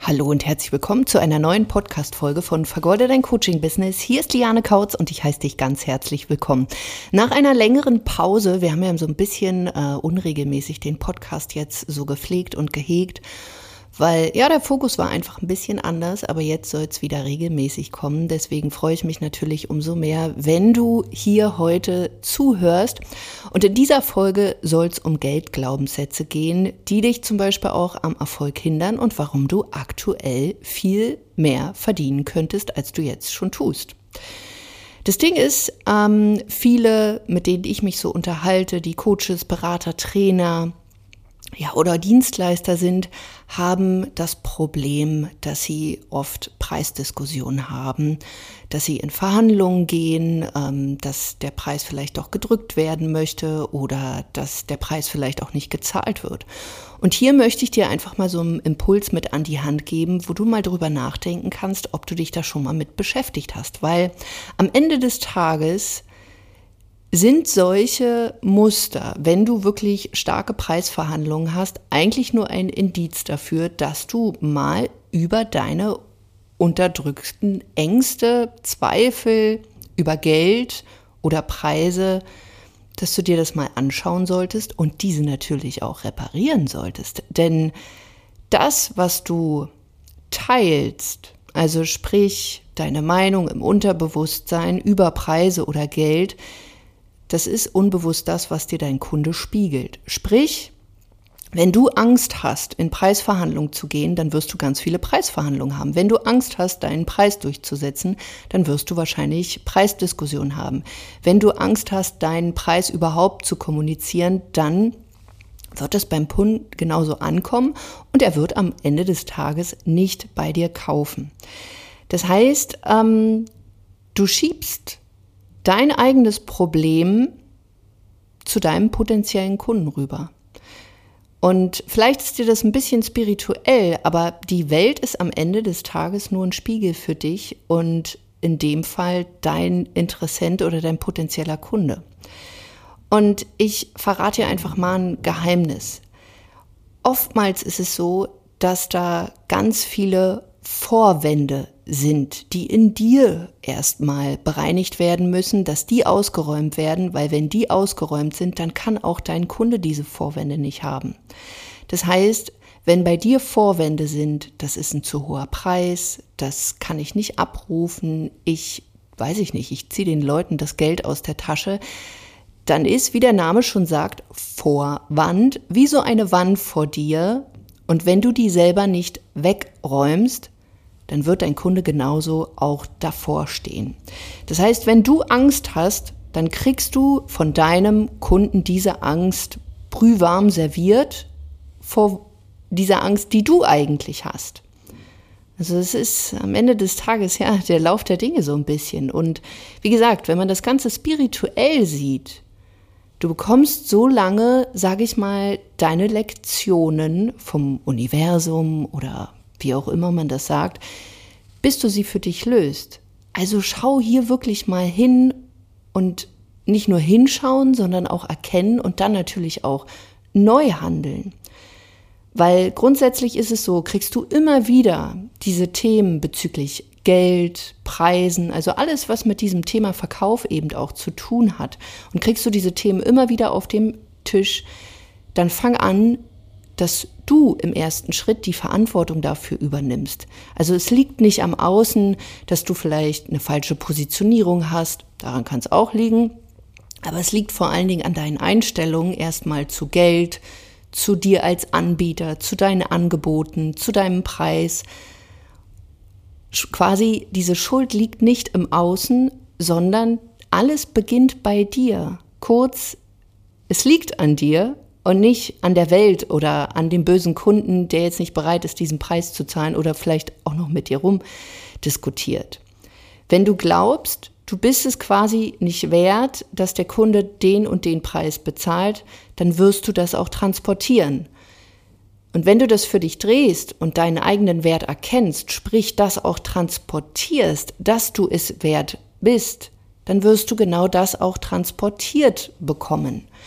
Hallo und herzlich willkommen zu einer neuen Podcast-Folge von Vergolde dein Coaching-Business. Hier ist Liane Kautz und ich heiße dich ganz herzlich willkommen. Nach einer längeren Pause, wir haben ja so ein bisschen unregelmäßig den Podcast jetzt so gepflegt und gehegt, weil ja der Fokus war einfach ein bisschen anders, aber jetzt soll es wieder regelmäßig kommen. Deswegen freue ich mich natürlich umso mehr, wenn du hier heute zuhörst. Und in dieser Folge soll es um Geldglaubenssätze gehen, die dich zum Beispiel auch am Erfolg hindern und warum du aktuell viel mehr verdienen könntest, als du jetzt schon tust. Das Ding ist, viele, mit denen ich mich so unterhalte, die Coaches, Berater, Trainer, oder Dienstleister sind, haben das Problem, dass sie oft Preisdiskussionen haben, dass sie in Verhandlungen gehen, dass der Preis vielleicht doch gedrückt werden möchte oder dass der Preis vielleicht auch nicht gezahlt wird. Und hier möchte ich dir einfach mal so einen Impuls mit an die Hand geben, wo du mal drüber nachdenken kannst, ob du dich da schon mal mit beschäftigt hast. Weil am Ende des Tages sind solche Muster, wenn du wirklich starke Preisverhandlungen hast, eigentlich nur ein Indiz dafür, dass du mal über deine unterdrückten Ängste, Zweifel über Geld oder Preise, dass du dir das mal anschauen solltest und diese natürlich auch reparieren solltest. Denn das, was du teilst, also sprich deine Meinung im Unterbewusstsein über Preise oder Geld, das ist unbewusst das, was dir dein Kunde spiegelt. Sprich, wenn du Angst hast, in Preisverhandlungen zu gehen, dann wirst du ganz viele Preisverhandlungen haben. Wenn du Angst hast, deinen Preis durchzusetzen, dann wirst du wahrscheinlich Preisdiskussionen haben. Wenn du Angst hast, deinen Preis überhaupt zu kommunizieren, dann wird es beim Kunden genauso ankommen und er wird am Ende des Tages nicht bei dir kaufen. Das heißt, du schiebst dein eigenes Problem zu deinem potenziellen Kunden rüber. Und vielleicht ist dir das ein bisschen spirituell, aber die Welt ist am Ende des Tages nur ein Spiegel für dich und in dem Fall dein Interessent oder dein potenzieller Kunde. Und ich verrate dir einfach mal ein Geheimnis. Oftmals ist es so, dass da ganz viele Vorwände sind, die in dir erstmal bereinigt werden müssen, dass die ausgeräumt werden, weil wenn die ausgeräumt sind, dann kann auch dein Kunde diese Vorwände nicht haben. Das heißt, wenn bei dir Vorwände sind, das ist ein zu hoher Preis, das kann ich nicht abrufen, ich ziehe den Leuten das Geld aus der Tasche, dann ist, wie der Name schon sagt, Vorwand, wie so eine Wand vor dir und wenn du die selber nicht wegräumst, dann wird dein Kunde genauso auch davor stehen. Das heißt, wenn du Angst hast, dann kriegst du von deinem Kunden diese Angst brühwarm serviert vor dieser Angst, die du eigentlich hast. Also es ist am Ende des Tages ja der Lauf der Dinge so ein bisschen. Und wie gesagt, wenn man das Ganze spirituell sieht, du bekommst so lange, sage ich mal, deine Lektionen vom Universum oder wie auch immer man das sagt, bis du sie für dich löst. Also schau hier wirklich mal hin und nicht nur hinschauen, sondern auch erkennen und dann natürlich auch neu handeln. Weil grundsätzlich ist es so, kriegst du immer wieder diese Themen bezüglich Geld, Preisen, also alles, was mit diesem Thema Verkauf eben auch zu tun hat. Und kriegst du diese Themen immer wieder auf dem Tisch, dann fang an, dass du im ersten Schritt die Verantwortung dafür übernimmst. Also es liegt nicht am Außen, dass du vielleicht eine falsche Positionierung hast, daran kann es auch liegen, aber es liegt vor allen Dingen an deinen Einstellungen erstmal zu Geld, zu dir als Anbieter, zu deinen Angeboten, zu deinem Preis. Quasi diese Schuld liegt nicht im Außen, sondern alles beginnt bei dir. Kurz, es liegt an dir und nicht an der Welt oder an dem bösen Kunden, der jetzt nicht bereit ist, diesen Preis zu zahlen oder vielleicht auch noch mit dir rumdiskutiert. Wenn du glaubst, du bist es quasi nicht wert, dass der Kunde den und den Preis bezahlt, dann wirst du das auch transportieren. Und wenn du das für dich drehst und deinen eigenen Wert erkennst, sprich das auch transportierst, dass du es wert bist, dann wirst du genau das auch transportiert bekommen.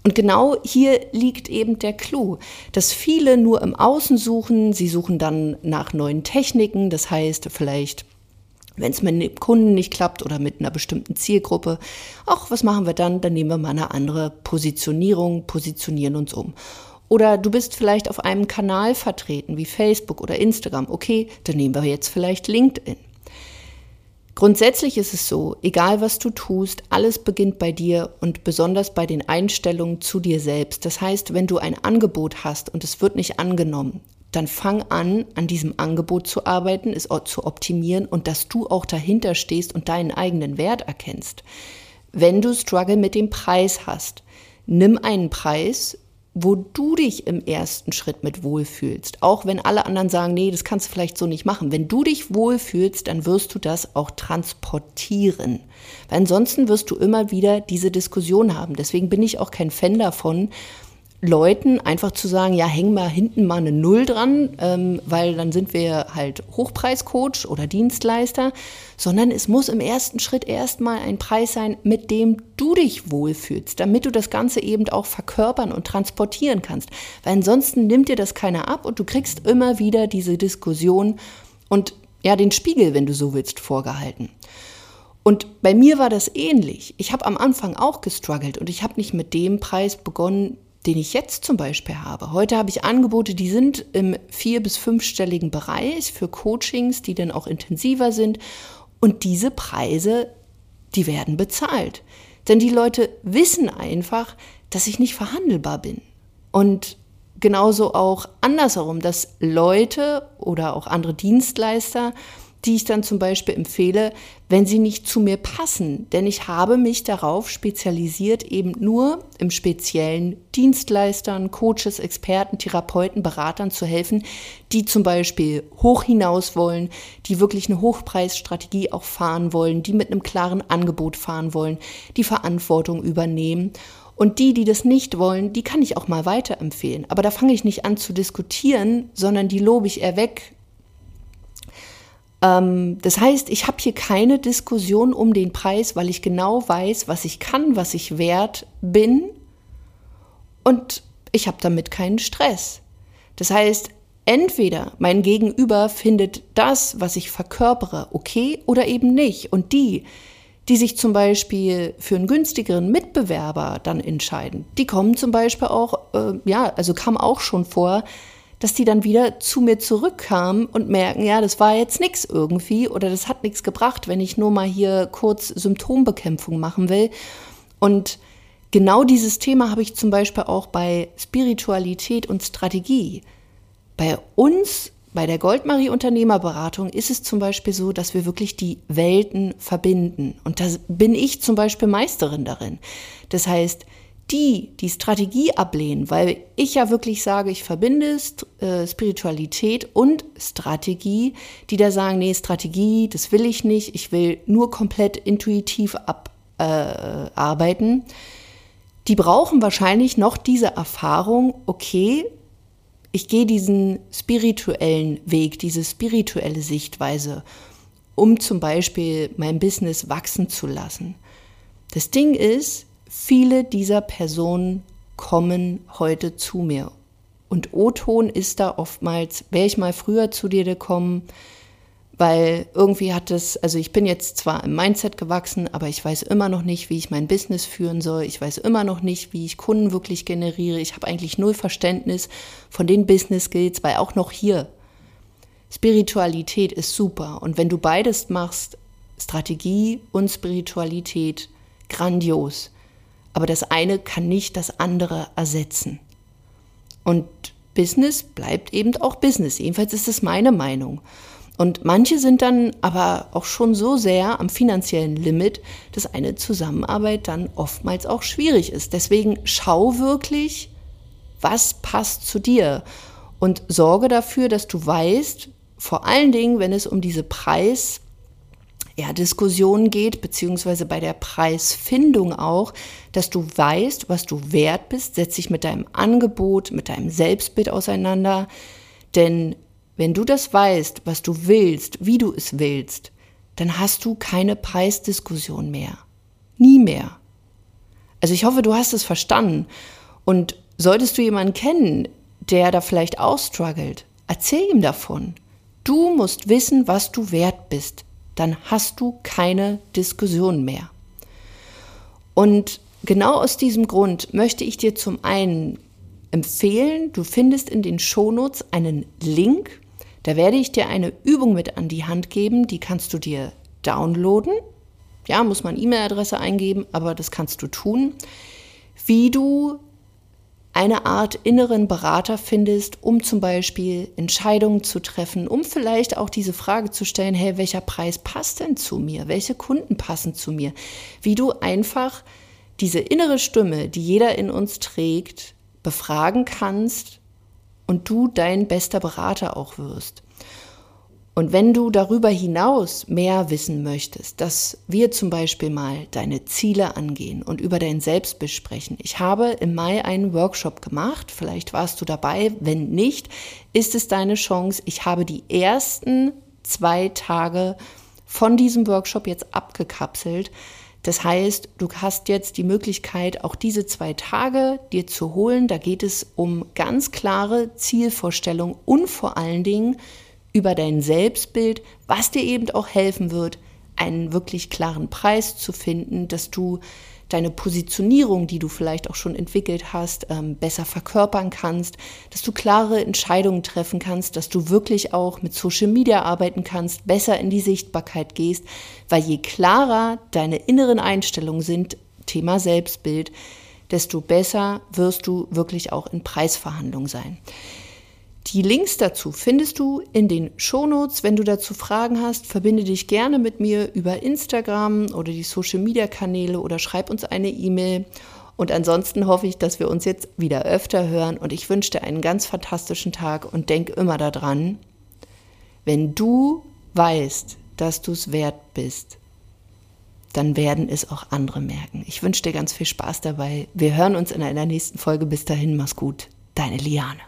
Und genau hier liegt eben der Clou, dass viele nur im Außen suchen, sie suchen dann nach neuen Techniken, das heißt vielleicht, wenn es mit einem Kunden nicht klappt oder mit einer bestimmten Zielgruppe, ach, was machen wir dann? Dann nehmen wir mal eine andere Positionierung, positionieren uns um. Oder du bist vielleicht auf einem Kanal vertreten, wie Facebook oder Instagram, okay, dann nehmen wir jetzt vielleicht LinkedIn. Grundsätzlich ist es so, egal was du tust, alles beginnt bei dir und besonders bei den Einstellungen zu dir selbst. Das heißt, wenn du ein Angebot hast und es wird nicht angenommen, dann fang an diesem Angebot zu arbeiten, es zu optimieren und dass du auch dahinter stehst und deinen eigenen Wert erkennst. Wenn du Struggle mit dem Preis hast, nimm einen Preis, wo du dich im ersten Schritt mit wohlfühlst. Auch wenn alle anderen sagen, nee, das kannst du vielleicht so nicht machen. Wenn du dich wohlfühlst, dann wirst du das auch transportieren. Weil ansonsten wirst du immer wieder diese Diskussion haben. Deswegen bin ich auch kein Fan davon, Leuten einfach zu sagen, ja, häng mal hinten mal eine Null dran, weil dann sind wir halt Hochpreiscoach oder Dienstleister, sondern es muss im ersten Schritt erstmal ein Preis sein, mit dem du dich wohlfühlst, damit du das Ganze eben auch verkörpern und transportieren kannst, weil ansonsten nimmt dir das keiner ab und du kriegst immer wieder diese Diskussion und ja, den Spiegel, wenn du so willst, vorgehalten. Und bei mir war das ähnlich. Ich habe am Anfang auch gestruggelt und ich habe nicht mit dem Preis begonnen, den ich jetzt zum Beispiel habe. Heute habe ich Angebote, die sind im 4- bis 5-stelligen Bereich für Coachings, die dann auch intensiver sind. Und diese Preise, die werden bezahlt. Denn die Leute wissen einfach, dass ich nicht verhandelbar bin. Und genauso auch andersherum, dass Leute oder auch andere Dienstleister, die ich dann zum Beispiel empfehle, wenn sie nicht zu mir passen. Denn ich habe mich darauf spezialisiert, eben nur im Speziellen Dienstleistern, Coaches, Experten, Therapeuten, Beratern zu helfen, die zum Beispiel hoch hinaus wollen, die wirklich eine Hochpreisstrategie auch fahren wollen, die mit einem klaren Angebot fahren wollen, die Verantwortung übernehmen. Und die das nicht wollen, die kann ich auch mal weiterempfehlen. Aber da fange ich nicht an zu diskutieren, sondern die lobe ich eher weg. Das heißt, ich habe hier keine Diskussion um den Preis, weil ich genau weiß, was ich kann, was ich wert bin und ich habe damit keinen Stress. Das heißt, entweder mein Gegenüber findet das, was ich verkörpere, okay oder eben nicht. Und die sich zum Beispiel für einen günstigeren Mitbewerber dann entscheiden, die kommen zum Beispiel auch, kam auch schon vor, dass die dann wieder zu mir zurückkamen und merken, ja, das war jetzt nichts irgendwie oder das hat nichts gebracht, wenn ich nur mal hier kurz Symptombekämpfung machen will. Und genau dieses Thema habe ich zum Beispiel auch bei Spiritualität und Strategie. Bei uns, bei der Goldmarie Unternehmerberatung ist es zum Beispiel so, dass wir wirklich die Welten verbinden. Und da bin ich zum Beispiel Meisterin darin. Das heißt, die Strategie ablehnen, weil ich ja wirklich sage, ich verbinde Spiritualität und Strategie, die da sagen, nee, Strategie, das will ich nicht, ich will nur komplett intuitiv arbeiten. Die brauchen wahrscheinlich noch diese Erfahrung, okay, ich gehe diesen spirituellen Weg, diese spirituelle Sichtweise, um zum Beispiel mein Business wachsen zu lassen. Das Ding ist, viele dieser Personen kommen heute zu mir. Und O-Ton ist da oftmals, wäre ich mal früher zu dir gekommen, weil irgendwie ich bin jetzt zwar im Mindset gewachsen, aber ich weiß immer noch nicht, wie ich mein Business führen soll. Ich weiß immer noch nicht, wie ich Kunden wirklich generiere. Ich habe eigentlich null Verständnis von den Business Skills, weil auch noch hier Spiritualität ist super. Und wenn du beides machst, Strategie und Spiritualität, grandios. Aber das eine kann nicht das andere ersetzen. Und Business bleibt eben auch Business. Jedenfalls ist es meine Meinung. Und manche sind dann aber auch schon so sehr am finanziellen Limit, dass eine Zusammenarbeit dann oftmals auch schwierig ist. Deswegen schau wirklich, was passt zu dir und sorge dafür, dass du weißt, vor allen Dingen, wenn es um diese Diskussionen geht, beziehungsweise bei der Preisfindung auch, dass du weißt, was du wert bist, setz dich mit deinem Angebot, mit deinem Selbstbild auseinander, denn wenn du das weißt, was du willst, wie du es willst, dann hast du keine Preisdiskussion mehr. Nie mehr. Also ich hoffe, du hast es verstanden. Und solltest du jemanden kennen, der da vielleicht auch struggelt, erzähl ihm davon. Du musst wissen, was du wert bist. Dann hast du keine Diskussion mehr. Und genau aus diesem Grund möchte ich dir zum einen empfehlen, du findest in den Shownotes einen Link. Da werde ich dir eine Übung mit an die Hand geben, die kannst du dir downloaden. Ja, muss man E-Mail-Adresse eingeben, aber das kannst du tun. Wie du eine Art inneren Berater findest, um zum Beispiel Entscheidungen zu treffen, um vielleicht auch diese Frage zu stellen, hey, welcher Preis passt denn zu mir? Welche Kunden passen zu mir? Wie du einfach diese innere Stimme, die jeder in uns trägt, befragen kannst und du dein bester Berater auch wirst. Und wenn du darüber hinaus mehr wissen möchtest, dass wir zum Beispiel mal deine Ziele angehen und über dein Selbstbild sprechen. Ich habe im Mai einen Workshop gemacht, vielleicht warst du dabei, wenn nicht, ist es deine Chance. Ich habe die ersten 2 Tage von diesem Workshop jetzt abgekapselt. Das heißt, du hast jetzt die Möglichkeit, auch diese 2 Tage dir zu holen. Da geht es um ganz klare Zielvorstellungen und vor allen Dingen über dein Selbstbild, was dir eben auch helfen wird, einen wirklich klaren Preis zu finden, dass du deine Positionierung, die du vielleicht auch schon entwickelt hast, besser verkörpern kannst, dass du klare Entscheidungen treffen kannst, dass du wirklich auch mit Social Media arbeiten kannst, besser in die Sichtbarkeit gehst, weil je klarer deine inneren Einstellungen sind, Thema Selbstbild, desto besser wirst du wirklich auch in Preisverhandlungen sein. Die Links dazu findest du in den Shownotes. Wenn du dazu Fragen hast, verbinde dich gerne mit mir über Instagram oder die Social-Media-Kanäle oder schreib uns eine E-Mail. Und ansonsten hoffe ich, dass wir uns jetzt wieder öfter hören. Und ich wünsche dir einen ganz fantastischen Tag und denk immer daran, wenn du weißt, dass du es wert bist, dann werden es auch andere merken. Ich wünsche dir ganz viel Spaß dabei. Wir hören uns in einer nächsten Folge. Bis dahin, mach's gut. Deine Liane.